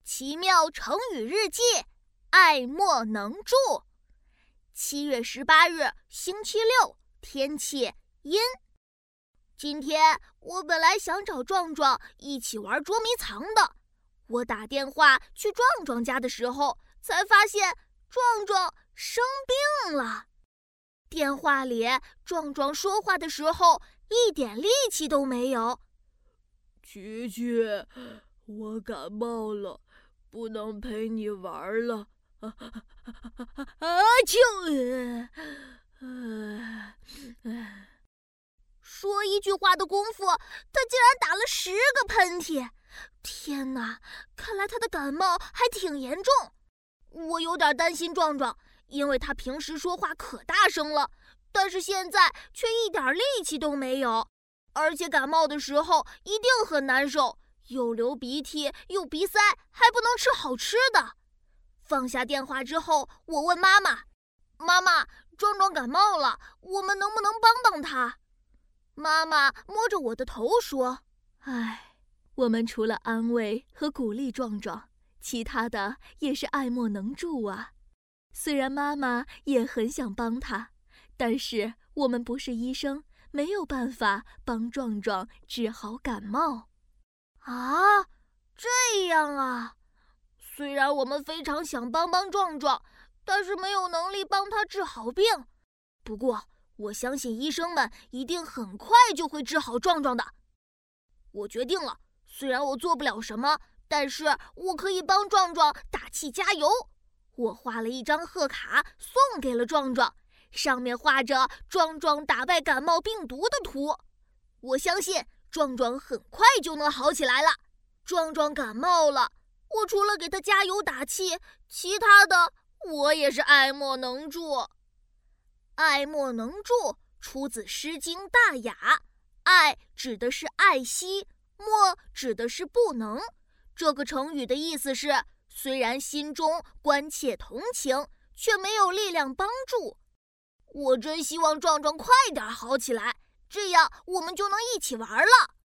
奇妙成语日记，爱莫能助。7月18日，星期六，天气阴。今天我本来想找壮壮一起玩捉迷藏的，我打电话去壮壮家的时候，才发现壮壮生病了。电话里，壮壮说话的时候一点力气都没有。 琪琪，我感冒了，不能陪你玩了。 说一句话的功夫，他竟然打了10个喷嚏。天哪，看来他的感冒还挺严重。我有点担心壮壮，因为他平时说话可大声了，但是现在却一点力气都没有。而且感冒的时候一定很难受，又流鼻涕又鼻塞，还不能吃好吃的。放下电话之后，我问妈妈：“妈妈，壮壮感冒了，我们能不能帮帮他？”妈妈摸着我的头说：“ 我们除了安慰和鼓励壮壮，其他的也是爱莫能助啊。虽然妈妈也很想帮他，但是我们不是医生，没有办法帮壮壮治好感冒。” 啊，这样啊。虽然我们非常想帮帮壮壮，但是没有能力帮他治好病。不过我相信医生们一定很快就会治好壮壮的。我决定了，虽然我做不了什么，但是我可以帮壮壮打气加油。我画了一张贺卡送给了壮壮，上面画着壮壮打败感冒病毒的图。我相信壮壮很快就能好起来了。壮壮感冒了，我除了给他加油打气，其他的我也是爱莫能助。爱莫能助出自《诗经·大雅》，爱指的是爱惜，莫指的是不能。这个成语的意思是，虽然心中关切同情，却没有力量帮助。我真希望壮壮快点好起来，这样我们就能一起玩了。